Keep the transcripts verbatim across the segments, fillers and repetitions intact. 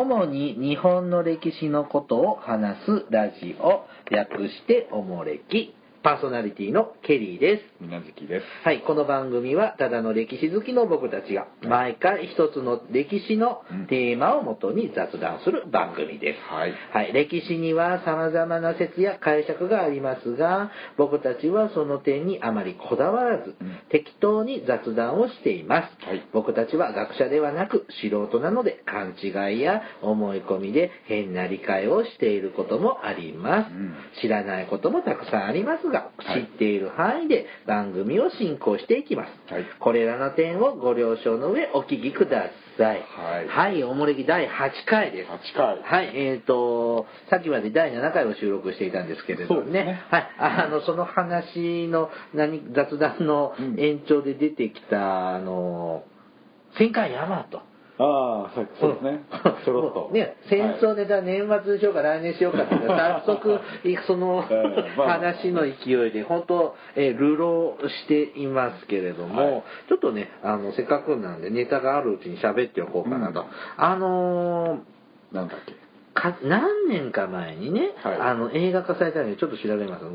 主に日本の歴史のことを話すラジオ、略しておもれき。パーソナリティのケリーです。 みなずきです。 はい、この番組はただの歴史好きの僕たちが毎回一つの歴史のテーマをもとに雑談する番組です。 はい。 はい、歴史には様々な説や解釈がありますが、僕たちはその点にあまりこだわらず、うん、適当に雑談をしています。はい、僕たちは学者ではなく素人なので、勘違いや思い込みで変な理解をしていることもあります。うん、知らないこともたくさんありますが、知っている範囲で番組を進行していきます。はい、これらの点をご了承の上お聞きください。はい、はい、おもれきだいはちかいです。 はちかい。 はい、えっと、さっきまでだいななかいを収録していたんですけれどもね。ね、はい、あの、その話の何、雑談の延長で出てきた、うん、あの、戦艦大和。 ああ、そうですね。ちょろっと。 ね、戦争ネタ年末にしようか来年しようかって早速その話の勢いで本当、えー、流浪していますけれども、はい、ちょっとねあのせっかくなんでネタがあるうちに喋っておこうかなと、うん、あのー、なんだっけか何年か前にね、はい、あの映画化されたのでちょっと調べます、うん、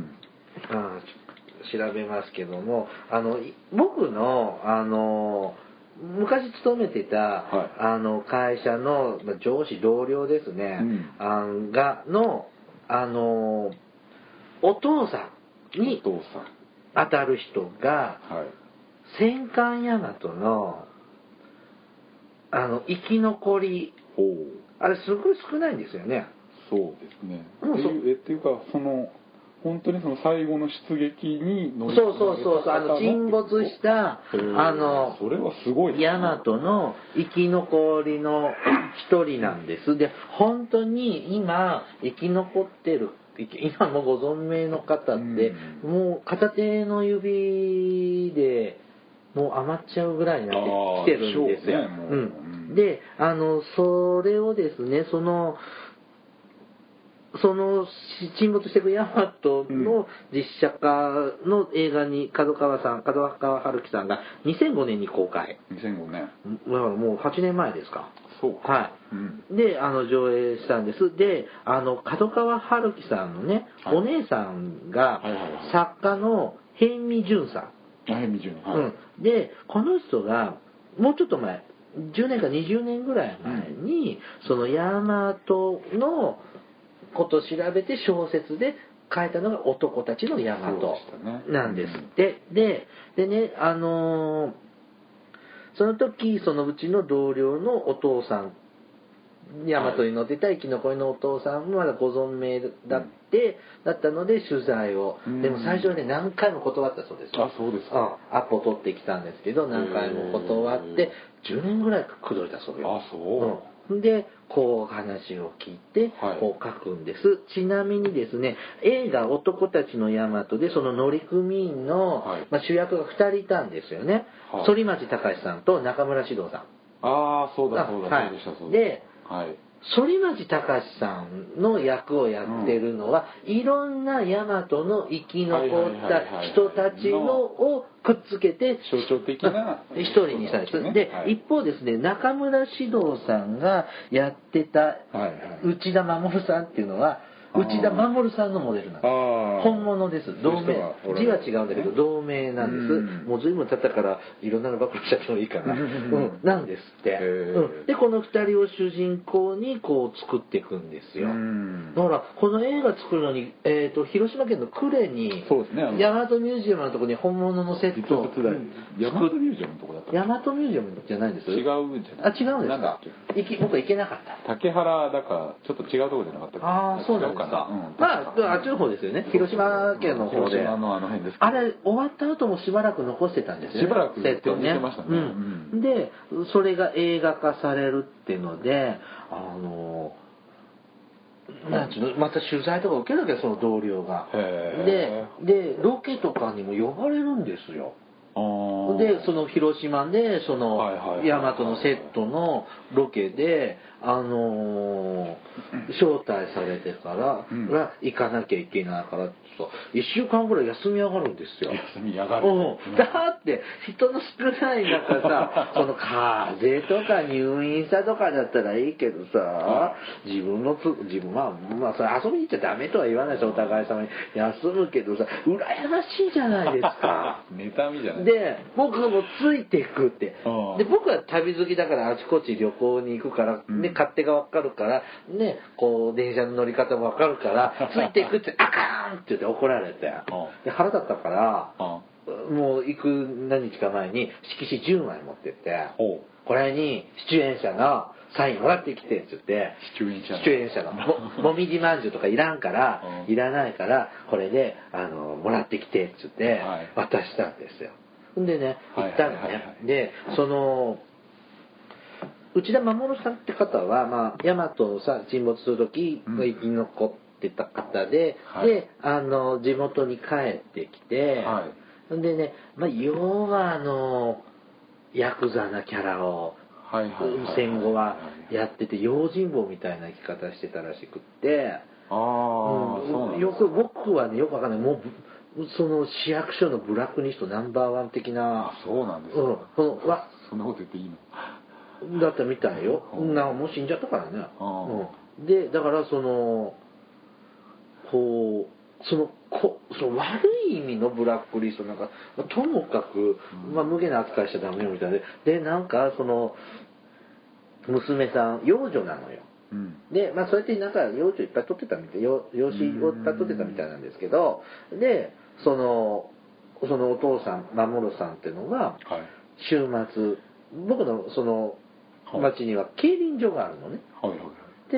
あ調べますけどもあの僕のあの昔勤めてた、はい、あの会社の上司同僚ですね、うん、あがのあのお父さんに当たる人が、はい、戦艦大和のあの生き残りあれすごい少ないんですよね。 そうですね。もうっていうえっていうかその本当にその最後の出撃に乗りそうそうそうそうあの沈没したあのそれはすごい大和の生き残りの一人なんです。で本当に今生き残ってる今もご存命の方って、うん、もう片手の指でもう余っちゃうぐらいになってきてるんですよ。ねうん、であのそれをですねそのその沈没していく大和の実写化の映画に角川さん角川春樹さんがにせんごねんに公開。 にせんごねんだからもうはちねんまえですか。 そうか。 はい。うん、であの上映したんです。であの角川春樹さんのね、はい、お姉さんが作家の辺見淳さん。 辺見淳、はい、 うん。でこの人がもうちょっと前じゅうねんかにじゅうねんぐらい前に、うん、その大和のことを調べて小説で書いたのが男たちの大和なんですって、うん、ででねあのー、その時そのうちの同僚のお父さん大和に乗ってた生き残りのお父さんもまだご存命だって、うん、だったので取材を、うん、でも最初はね何回も断ったそうです。 あそうですか。 うん、アポ取ってきたんですけど何回も断ってじゅうねんぐらい口説いたそうよ。 あそう、 うん、でこう話を聞いてこう書くんです、はい、ちなみにですね映画男たちの大和でその乗組員の、はいまあ、主役がふたりいたんですよね、はい、反町隆史さんと中村獅童さん。 ああそうだそうだ、はい、そうでしたそうで、はい、反町隆史さんの役をやってるのは、うん、いろんな大和の生き残った人たちのをくっつけて象徴的な一人にしたんです、ね、で、はい、一方ですね中村獅童さんがやってた内田守さんっていうのは内田守さんのモデルなんです。本物です。同名字は違うんだけど同名なんです。うんもう随分経ったからいろんなの暴露しちゃってもいいかな、うん、なんですって、うん、でこのふたりを主人公にこう作っていくんですよ。だからこの映画作るのに、えー、と広島県の呉にそうですね大和ミュージアムのところに本物のセットを大和ミュージアムのとこだった大和ミュージアムじゃないんです。 違うんじゃない。 あ違うんですか。僕は行けなかった。 竹原だかちょっと違うところじゃなかったか。 ああそうなんですか。うん、まああっちの方ですよね。広島県の方で。 広島のあの辺です。 あれ終わった後もしばらく残してたんですよね。 しばらくセットね。 ましたね。 うん。でそれが映画化されるっていうので、あのなんちゅうのまた取材とか受けるわけその同僚が。ででロケとかにも呼ばれるんですよ。うでその広島でその大和のセットのロケであのー、招待されてから、うん、行かなきゃいけないからいっしゅうかんぐらい休み上がるんですよ。 休み上がる、 うん、だって人の少ない中さその風邪とか入院したとかだったらいいけどさ、自分のつ自分はまあそれ遊びに行っちゃダメとは言わないしお互い様に休むけどさ羨ましいじゃないですか。 妬みじゃないで僕もついていくってで僕は旅好きだからあちこち旅行に行くからね、うん、勝手が分かるからねこう電車の乗り方も分かるからついていくってあかんって言って怒られてで腹立ったからもう行く何日か前に色紙じゅうまい持ってってこれに出演者のサインもらってきてって言って出演者の出演者のももみじまんじゅうとかいらんからいらないからこれであのもらってきてって言って渡したんですよ。でね行ったのねでその内田守さんって方は、まあ、大和さ沈没する時が生き残ってた方で、うん、であの地元に帰ってきて、はい、でね、まあ、要はあのヤクザなキャラを戦後はやってて用心棒みたいな生き方してたらしくってあ、うん、 よく僕はねよくわかんないもうその市役所のブラックリストナンバーワン的なそうなんですか、うん、 そのわそんなこと言っていいのだったみたいよ。なもう死んじゃったからね。うん、でだからそのこうそのこその悪い意味のブラックリストなんかともかく、まあ、無下な扱いしちゃダメよみたいででなんかその娘さん養女なのよ。うん、でまあそうやってなんか養女いっぱい取ってたみたい養子を取ってたみたいなんですけどでそのそのお父さん守さんっていうのが、はい、週末僕のその町には競輪場があるのね、はいはい、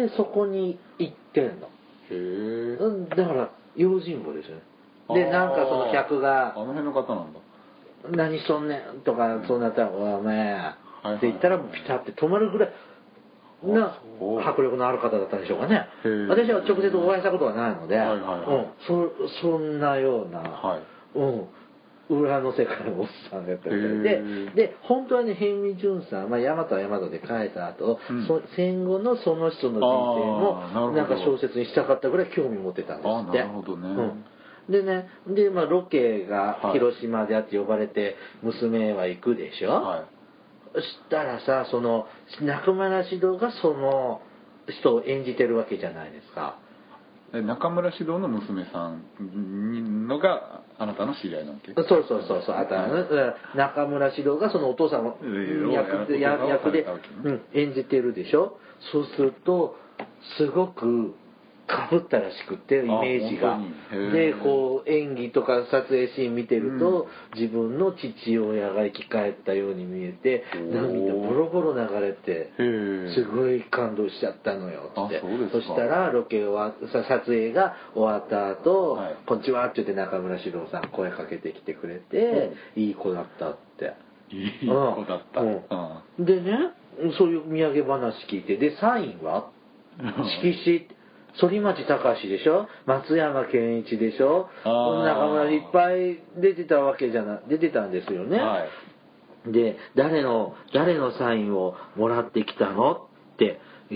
でそこに行ってんの。へえ。だから用心棒ですよね。でなんかその客があの辺の方なんだ何しとんねんとかそうなったら「お前」って言ったらピタって止まるぐらいな迫力のある方だったんでしょうかね。私は直接お会いしたことはないので、はいはいはい、うん、そ, そんなような、はい、うん裏の世界のおっさんがやってるでで本当はね辺見淳さん、まあ、大和は大和で書いた後、うん、そ戦後のその人の人生もなんか小説にしたかったぐらい興味持ってたんですって。 なるほどね、 うんでねで、まあ、ロケが広島であって呼ばれて娘は行くでしょ、はい、そしたらさその中村獅童がその人を演じてるわけじゃないですか。 中村獅童の娘さんのがあなたの知り合いなわけ？ そうそうそうそうあた、はい、中村獅童がそのお父さんの役で、役で、うん、演じてるでしょ。そうするとすごくかぶったらしくてイメージがでこう演技とか撮影シーン見てると、うん、自分の父親が生き返ったように見えて涙ボロボロ流れてすごい感動しちゃったのよって。 そ, そしたらロケは撮影が終わった後、はい、こんにちはって言って中村獅童さん声かけてきてくれて、うん、いい子だったっていい子だった、うんうん、でねそういう土産話聞いてでサインは色紙反町隆史でしょ松山ケンイチでしょ中村いっぱい出てたわけじゃな出てたんですよね、はい、で誰の誰のサインをもらってきたのって言って、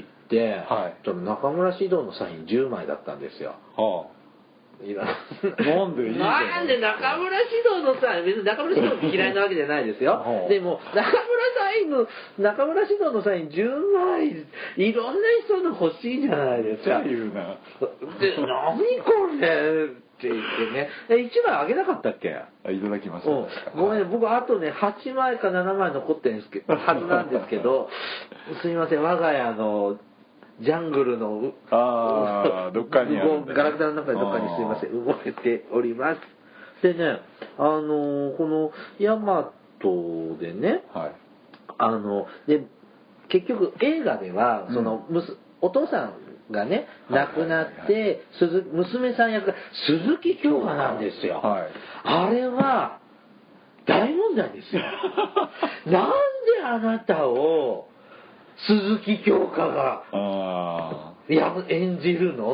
はい、中村獅童のサインじゅうまいだったんですよ、はあいやなんでいいじゃないなんで中村獅童のサイン別に中村獅童嫌いなわけじゃないですよでも中村サインの中村獅童のサインじゅうまいいろんな人の欲しいじゃないですか。 言うなで何これって言ってねいちまいあげなかったっけ。 いただきました、 うん、ごめん僕あとねはちまいかななまい残ってるんですけどはずなんですけどすみません我が家のジャングルのあどっかにあるんだ、ね、 ガラクタの中でどっかにすいません動いております。でねあのこの大和でね、はい、あので結局映画ではその、うん、お父さんがね亡くなって、はいはい、娘さん役が鈴木京香なんですよ、はい、あれは大問題ですよなんであなたを鈴木京香が演じるの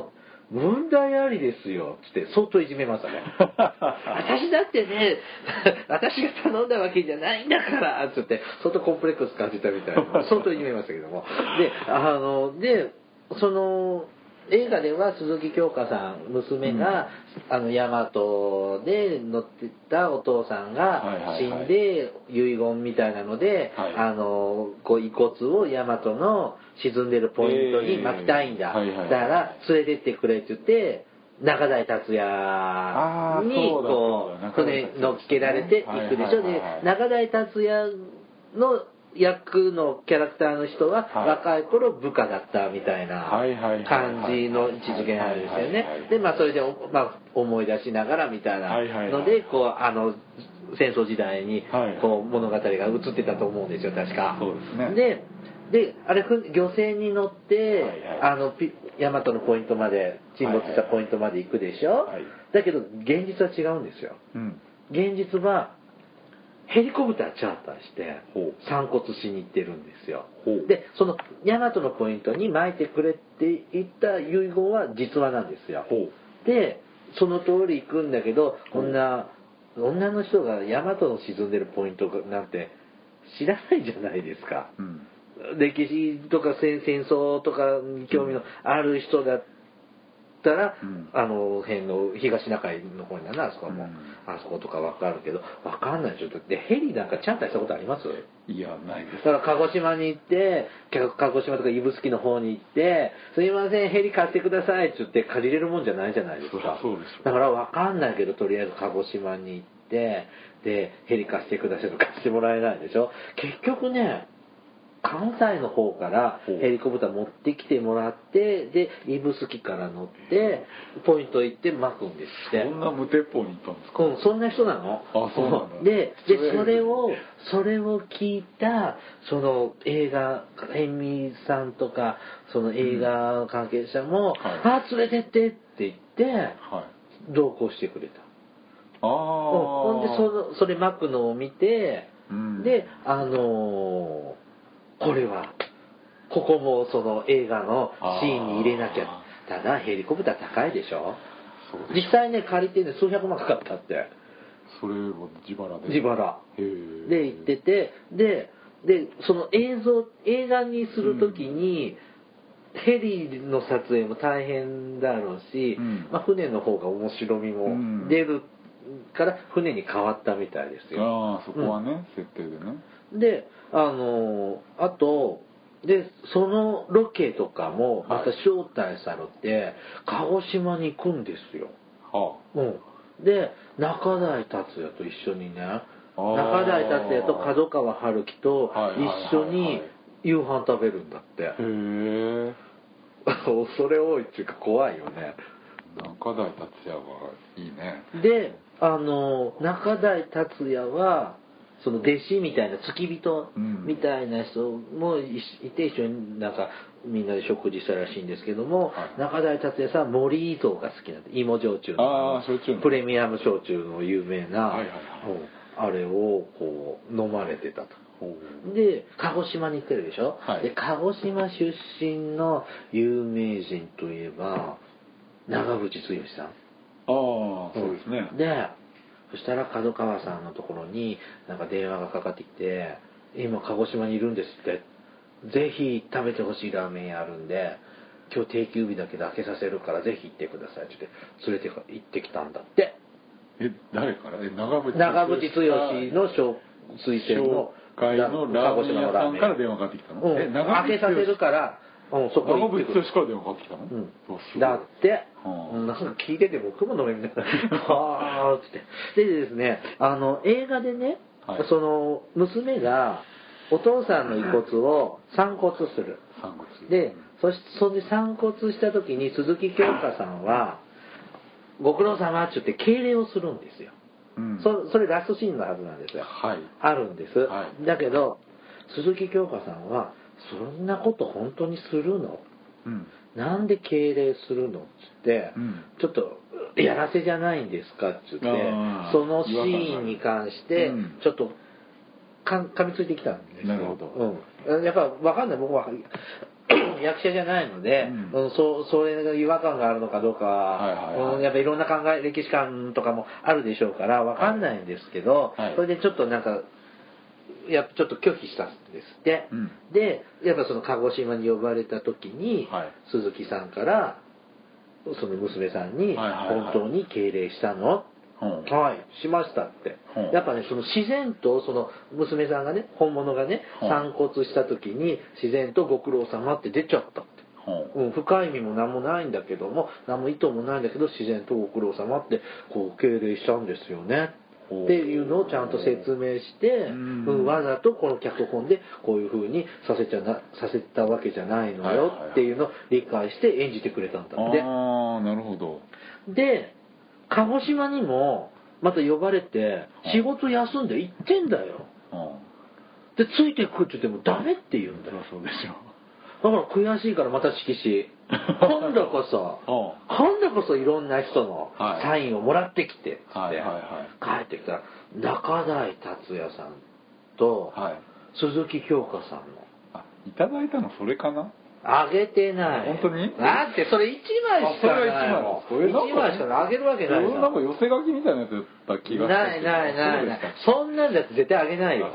問題ありですよって相当いじめましたね私だってね私が頼んだわけじゃないんだからってって相当コンプレックス感じたみたいな相当いじめましたけどもであのでその映画では鈴木京香さん娘が、うん、あの大和で乗ってたお父さんが死んで遺言みたいなので、はい、あのこう遺骨を大和の沈んでるポイントに巻きたいんだ、えー、だから連れてってくれって言って中台達也にこう船乗っけられていくでしょ。で中台達也の役のキャラクターの人は若い頃部下だったみたいな感じの位置づけなんですよね。でまあそれで、まあ、思い出しながらみたいなのでこうあの戦争時代にこう物語が映ってたと思うんですよ確か。 そうですね。 でであれ漁船に乗ってあの大和のポイントまで沈没したポイントまで行くでしょ。だけど現実は違うんですよ。うん、現実はヘリコプターチャーターして散骨しに行ってるんですよ。でその大和のポイントに巻いてくれって言った遺言は実話なんですよ。でその通り行くんだけどこんな女の人が大和の沈んでるポイントなんて知らないじゃないですか。うん、歴史とか戦争とかに興味のある人だったら、うん、あの辺の東シナ海の方になあそこはもう、うん、あそことか分かるけど分かんないでしょ。でヘリなんかちゃんとしたことあります？ いやないです。 だから鹿児島に行って鹿児島とか指宿の方に行ってすいませんヘリ貸してくださいって言って借りれるもんじゃないじゃないですか。 そうです。 だから分かんないけどとりあえず鹿児島に行ってでヘリ貸してくださいと貸してもらえないでしょ。結局ね関西の方からヘリコプター持ってきてもらってで指宿から乗ってポイント行って巻くんですって。 そんな無鉄砲に行ったんですか？ うん、そんな人なの。 あ、そうなんだ。 ででそれをそれを聞いたその映画辺見さんとかその映画関係者も、うんはい、あ連れてってって言って、はい、同行してくれた。 ああ、うん、 ほんでそのそれ巻くのを見て、うん、であのーこれはここもその映画のシーンに入れなきゃ。ただヘリコプター高いでしょ。そうでしょ。実際ね借りてね数百万かかったって。 それを自腹で自腹で行っててででその映像映画にする時に、うん、ヘリの撮影も大変だろうし、うんまあ、船の方が面白みも出るから船に変わったみたいですよ。 ああそこはね、うん、設定でね。 であのあとでそのロケとかもまた招待されて鹿児島に行くんですよ。はあ、うん、で中台達也と一緒にね中台達也と角川春樹と一緒に夕飯食べるんだって。へえ恐れ多いっていうか怖いよね。 中台達也はいいね。 であの中台達也はその弟子みたいな付き人みたいな人もいて一緒になんかみんなで食事したらしいんですけども、はい、中台達也さん森伊蔵が好きなんで芋焼酎のプレミアム焼酎の有名な、はいはいはい、あれをこう飲まれてたと。で鹿児島に行ってるでしょ、はい、で鹿児島出身の有名人といえば長渕剛さん。ああそうですね。 でそしたら角川さんのところになんか電話がかかってきて今鹿児島にいるんですってぜひ食べてほしいラーメン屋あるんで今日定休日だけで開けさせるからぜひ行ってくださいって言って連れて行ってきたんだって。 え誰からえ長渕長渕剛の推薦の会のラーメン屋さんから電話かかってきたの、 うん、え長渕開けさせるからうん、そこ長渕剛から電話かかってきたの、 うん、だって、はあ、なんか聞いてて僕も飲めみたいなはあってでですねあの映画でね、はい、その娘がお父さんの遺骨を散骨する散骨でそしてそれで散骨した時に鈴木京香さんはご苦労様って言って敬礼をするんですよ、うん、そ, それラストシーンのはずなんですよ、 はい、 あるんです、はい、だけど鈴木京香さんはそんなこと本当にするの、うん、なんで敬礼するのっつって、うん、ちょっとやらせじゃないんですかっつってそのシーンに関してちょっとか噛みついてきたんですよ。 なるほど、 うん、やっぱ分かんない僕は役者じゃないので、うん、そ, それが違和感があるのかどうかは、はいはいはい、うん、やっぱいろんな考え歴史観とかもあるでしょうから分かんないんですけど、はいはい、それでちょっとなんかやっぱちょっと拒否したんですって、うん、でやっぱその鹿児島に呼ばれた時に、はい、鈴木さんからその娘さんに本当に敬礼したの、はいはいはい、しましたって、うん、やっぱねその自然とその娘さんがね本物がね、うん、散骨した時に自然とご苦労様って出ちゃったって、うんうん、深い意味も何もないんだけども何も意図もないんだけど自然とご苦労様ってこう敬礼したんですよねっていうのをちゃんと説明して、うんうん、わざとこの脚本でこういう風にさせちゃなさせたわけじゃないのよっていうのを理解して演じてくれたんだって。 ああなるほど。 で鹿児島にもまた呼ばれて仕事休んで行ってんだよ。でついてくって言ってもダメって言うんだよ。 そうですよ。 だから悔しいからまた色紙今度こそ今度こそいろんな人のサインをもらってきてって帰ってきたら中台達也さんと鈴木京香さんの、 あいただいたのそれかな。 あげてない。 本当に？ だってそれいちまいしかないもん。それがいちまいしかあげるわけないじゃん。 なんか寄せ書きみたいなやつだった気がする。 ないないないない。そんなんだって絶対あげないよ。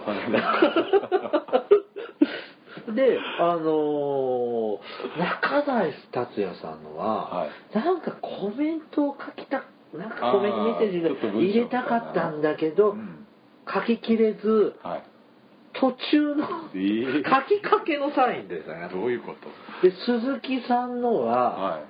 で、あのー、中台達也さんのは、はい、なんかコメントを書きた、なんかコメントメッセージで入れたかったんだけど、うん、書ききれず、はい途中の、えー、書きかけのサインですね。 どういうことで鈴木さんのは、はい、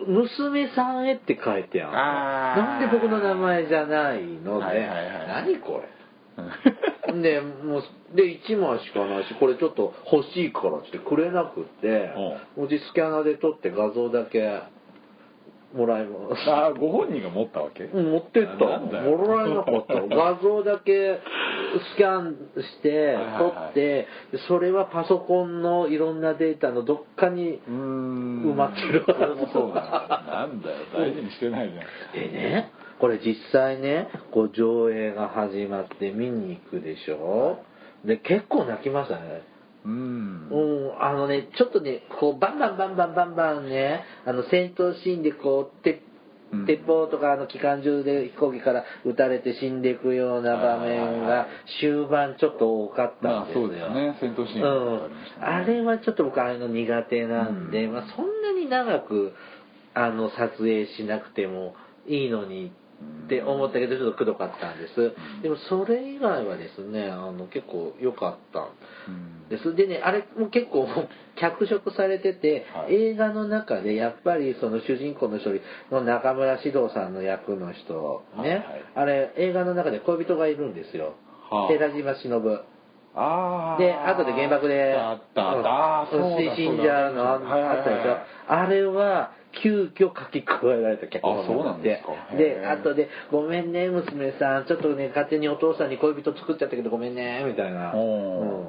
娘さんへって書いてあるの。なんで僕の名前じゃないので、はいはいはい、何これでもうでいちまいしかないしこれちょっと欲しいからってくれなくって文字スキャナーで撮って画像だけもらいます。 ああご本人が持ったわけ？ うん持ってった。もらえなかった画像だけスキャンして撮ってそれはパソコンのいろんなデータのどっかに埋まってる。 それもそうなんだよ大事にしてないじゃん。でねこれ実際ねこう上映が始まって見に行くでしょ。で結構泣きましたね。うん、うん、あのねちょっとねこうバンバンバンバンバンバンねあの戦闘シーンでこう鉄鉄砲とかあの機関銃で飛行機から撃たれて死んでいくような場面が終盤ちょっと多かったんですよ。 まあ、そうですね戦闘シーンがありましたね、 うん、あれはちょっと僕ああいうの苦手なんで、うんまあ、そんなに長くあの撮影しなくてもいいのにって思ったけどちょっとくどかったんです、うん、でもそれ以外はですねあの結構良かったんです、うん、でねあれも結構脚色されてて、はい、映画の中でやっぱりその主人公の一人の中村獅童さんの役の人ね、はいはい、あれ映画の中で恋人がいるんですよ、はあ、寺島しのぶあで後で原爆であったあった、うん、 死んじゃうのあったでしょ、あれは急遽書き加えられた脚本なんで、で後でごめんね娘さんちょっとね勝手にお父さんに恋人作っちゃったけどごめんねみたいな、うん、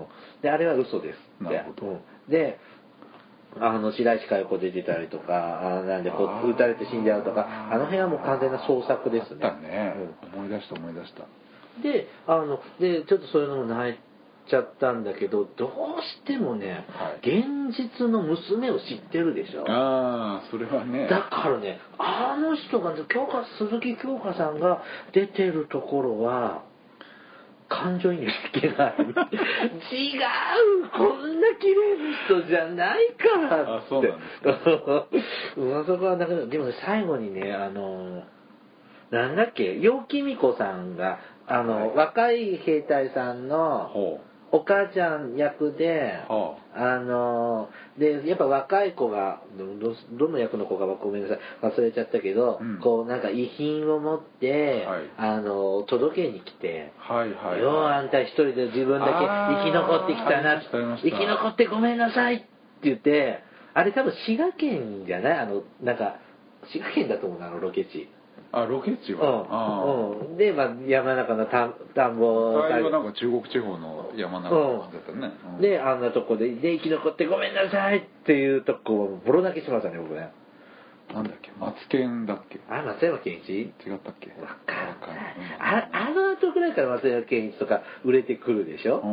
であれは嘘ですって。なるほど、うん、であの白石佳代子出てたりとかあなんでこう撃たれて死んじゃうとかあの辺はもう完全な創作ですね。 あったね、うん、思い出した思い出した。 であのでちょっとそういうのもないちゃったんだけどどうしてもね、はい、現実の娘を知ってるでしょ。 ああそれはねだからねあの人が京香鈴木京香さんが出てるところは感情移入できない違うこんな綺麗な人じゃないからって。あそうなんですか。まさかだけどでも、ね、最後にねあのなんだっけ楊貴美子さんがあの、はい、若い兵隊さんのお母ちゃん役で、はあ、あのでやっぱ若い子が ど, どの役の子かはごめんなさい忘れちゃったけど、うん、こうなんか遺品を持って、はい、あの届けに来て、はいはいはい、ようあんた一人で自分だけ生き残ってきたな生き残ってごめんなさいって言ってあれ多分滋賀県じゃないあのなんか滋賀県だと思うなあのロケ地。 あロケ地は、 うんうん、で、まあ、山中の田田んぼあれはなんか中国地方の山中だったね、 うんうん、であんなとこでで生き残ってごめんなさいっていうとこボロ泣きしましたね僕ね。 なんだっけ、マツケンだっけ。 あ、松山ケンイチ？ 違ったっけ。 わかんない。あ、あの後ぐらいから松山ケンイチとか売れてくるでしょ。うん。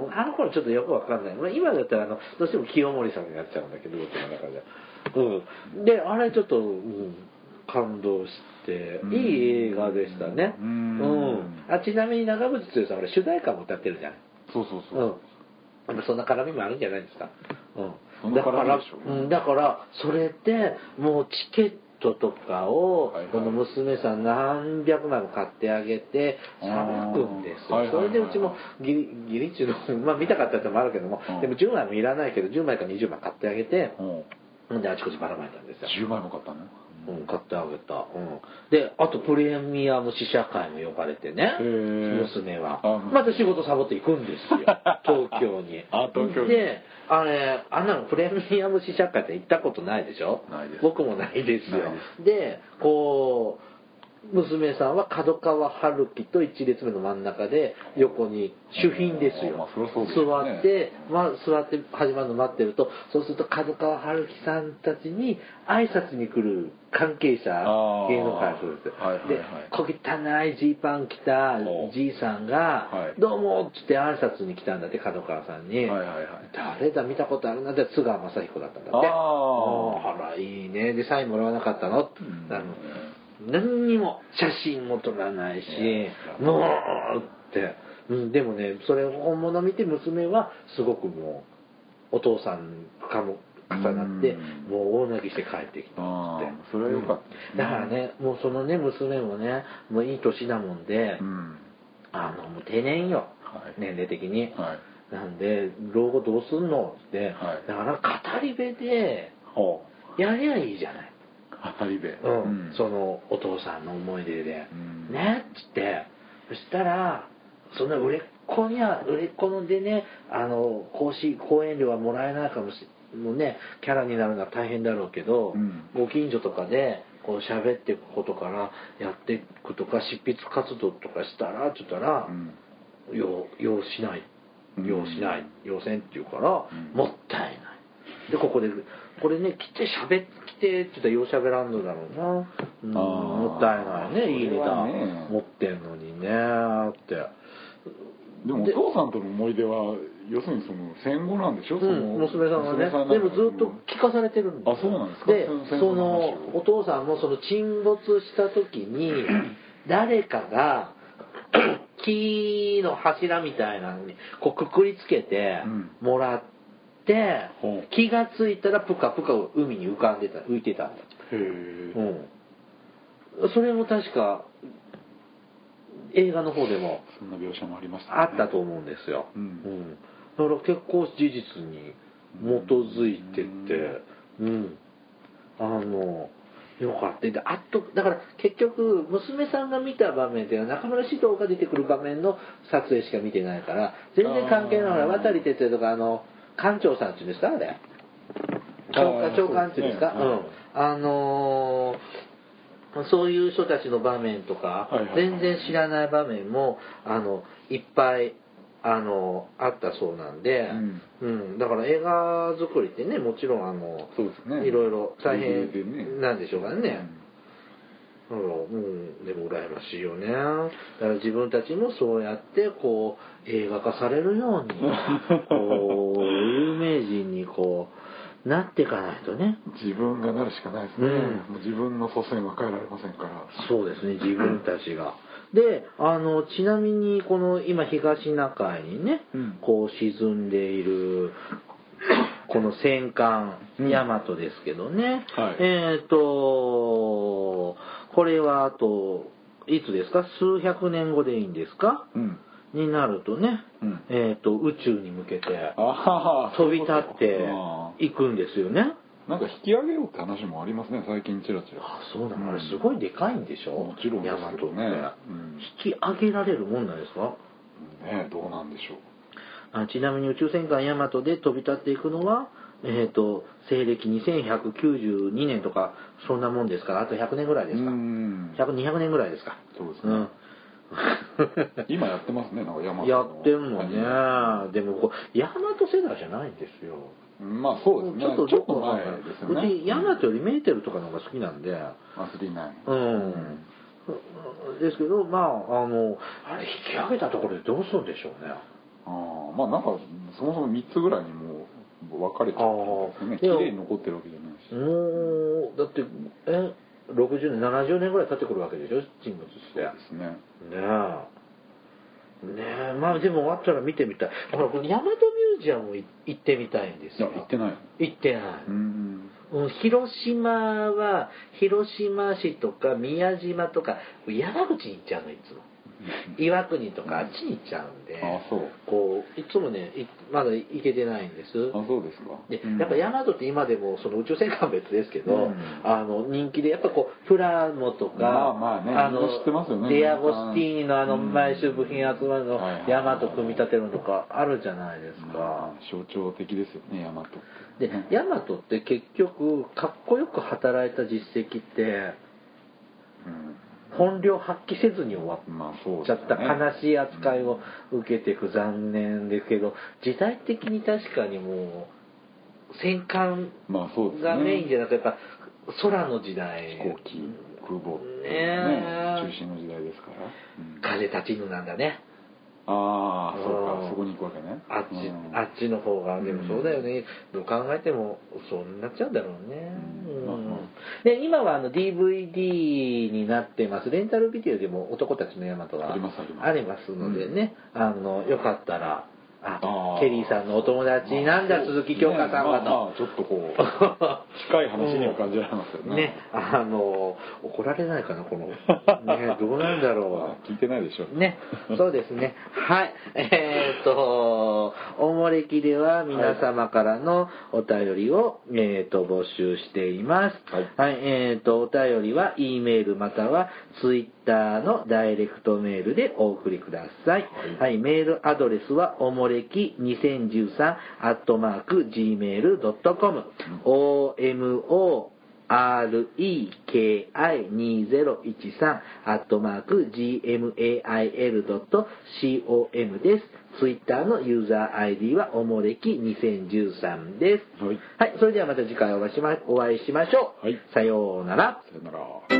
うん、あの頃ちょっとよくわかんない。まあ、今だったらあのどうしても清盛さんになっちゃうんだけど、僕の中で。うん。で、あれちょっと、うん、感動して、いい映画でしたね。うん。うん、あ、ちなみに長渕剛さん、俺主題歌も歌ってるじゃん。 そうそうそう。 うん。そんな絡みもあるんじゃないですか。うん。 だから、 うん、だからそれでもうチケットとかをこの娘さん何百枚も買ってあげてさばくんですよ。それでうちもギリギリ中のまあ見たかったってのもあるけども、でもじゅうまいもいらないけどじゅうまいかにじゅうまい買ってあげて、であちこちばらまいたんですよ。 じゅうまいも買ったの？ うん、買ってあげた、うん、であとプレミアム試写会も呼ばれてね、娘はまた仕事サボって行くんですよ東京に。 あ、東京に。 であれあんなのプレミアム試写会って行ったことないでしょ。 ないです。 僕もないですよ。でこう娘さんは角川春樹と一列目の真ん中で横に主賓ですよ。 まあそうですね、 座って、まあ、座って始まるの待ってると、そうすると角川春樹さんたちに挨拶に来る関係者、芸能界そうです。 はいはいはい、 で小汚いジーパン着たじいさんが、はい、どうもっつって挨拶に来たんだって角川さんに。はいはいはい、誰だ見たことあるなって津川雅彦だったんだって。ああらいいね。でサインもらわなかったの？うん、あの何にも写真も撮らないし、もうって、うん、でもねそれ本物見て娘はすごくもうお父さんかも重なってもう大泣きして帰ってきたって。 それはよかった、 うん、だからねもうそのね娘もねもういい年だもんで、うん、あのもう定年よ、はい、年齢的に、はい、なんで老後どうすんのって、はい、だから語り部でやりゃいいじゃない。 語り部、 うん、そのお父さんの思い出で、うん、ねっつってそしたらそんな売れっ子には売れっ子のでねあの講師講演料はもらえないかもしもうねキャラになるのは大変だろうけど、うん、ご近所とかでこう喋っていくことからやっていくとか執筆活動とかしたらって言ったら、うん、要要しない要しない要せんって言うから、うん、もったいないでここでこれね来て喋って来てって言ったらようしゃべらんのだろうな、うん、もったいないねいいネタ持ってんのにねって。 でもお父さんとの思い出は要するにその戦後なんでしょ、うん、その娘さんがねでもずっと聞かされてるんです。 あ、そうなんですか。 でそのお父さんもその沈没した時に誰かが木の柱みたいなのにこうくくりつけてもらって、うん、気がついたらプカプカ海に浮かんでた浮いてたんだ。へえ、うん、それも確か映画の方でもそんな描写もありました、 ね、あったと思うんですよ、うんうん、だから結構事実に基づいてて、うん、うん、あのよかった。であとだから結局娘さんが見た場面では中村獅童が出てくる場面の撮影しか見てないから全然関係ない。渡哲也とかあの館長さんっていうんですかあれ長長官っていうんですか、うん、あのー、そういう人たちの場面とか、はいはいはい、全然知らない場面もあのいっぱいあのあったそうなんで、うんうん、だから映画作りってねもちろんあのそうです、ね、いろいろ大変なんでしょうからね、うん、うん、でも羨ましいよね。だから自分たちもそうやってこう映画化されるようにこう有名人にこうなっていかないとね。 自分がなるしかないですね、うん、もう自分の祖先は変えられませんから。 そうですね自分たちがであのちなみにこの今東シナ海にね、うん、こう沈んでいるこの戦艦大和ですけどね、うんはい、えっ、ー、とこれはあといつですか数百年後でいいんですか、うんになるとね、うん、えーと宇宙に向けて飛び立っていくんですよね。 なんか引き上げようって話もありますね最近チラチラ。 あ、そうなの、うん、あれすごいでかいんでしょ。 もちろんですよね、 うん、引き上げられるもんなんですかね。どうなんでしょう。 あちなみに宇宙戦艦ヤマトで飛び立っていくのはえーと西暦にせんひゃくきゅうじゅうにねんとかそんなもんですからあとひゃくねんぐらいですか。ひゃく、にひゃくねんぐらいですか。 そうですね、うん今やってますねなんかヤマトやってんもんね、はい、でもこうヤマト世代じゃないんですよ。 まあそうですね。ちょっとちょっと前ですよね。 うちヤマトよりメーテルとかの方が好きなんで。 あ、スリーナイン。 うん。ですけど、まああのあれ引き上げたところでどうするんでしょうね。 ああ、まあなんかそもそもみっつぐらいにもう分かれちゃってますね。綺麗に残ってるわけじゃないし。 もうだってえろくじゅうねんななじゅうねんぐらい経ってくるわけでしょ、沈没して。 そうですね。 ねえ。ねえ、まあでもあったら見てみたい。ほらこの大和ミュージアム行ってみたいんですよ。 いや行ってない。 行ってない。うん。広島は広島市とか宮島とか山口に行っちゃうのいつも。岩国とかあっちに行っちゃうんで、 あ、そうこういつもねまだ行けてないんです。 あ、そうですか。 で、やっぱ大和って今でもその宇宙戦艦別ですけど、うん、あの人気でやっぱこうプラモとか、 まあまあね、 あの知ってますよね、 デアゴスティーニのあの毎週部品集まるの大和組み立てるのとかあるじゃないですか。 まあ、象徴的ですよね、大和って。 で、大和って結局かっこよく働いた実績って。うん本領発揮せずに終わっちゃった悲しい扱いを受けてく残念ですけど、時代的に確かにもう戦艦がメインじゃなくてやっぱ空の時代、 飛行機空母ね中心の時代ですから、 風立ちぬなんだね。 ああ、そうか、そこに行くわけね。 あっち、うん、あっちの方がでもそうだよね、どう考えてもそうなっちゃうんだろうね、うんうん、で今はあの ディーブイディー になってます。レンタルビデオでも男たちのヤマトがありますのでね、うん、あのよかったらあケリーさんのお友達なんだ、鈴木京香さんはと、 まあまあちょっとこう近い話には感じられますよね。 ね、あの怒られないかなこのね、どうなんだろう聞いてないでしょね。そうですね。はいえー、っとおもれきでは皆様からのお便りを、えー、っと募集しています。はい、はい、えー、っとお便りは E メールまたはツイッターのダイレクトメールでお送りください。はい、はい、メールアドレスはおもれきにせんじゅうさんアットマーク ジーメールドットコム、オーエムオーアールイーケーアイにせんじゅうさんアットマーク ジーエムエーアイエルドットコム です。ツイッターのユーザー アイディー はおもれきにせんじゅうさんです。はい、はい、それではまた次回お会いしま、お会いしましょう。はい、さようなら。 さようなら。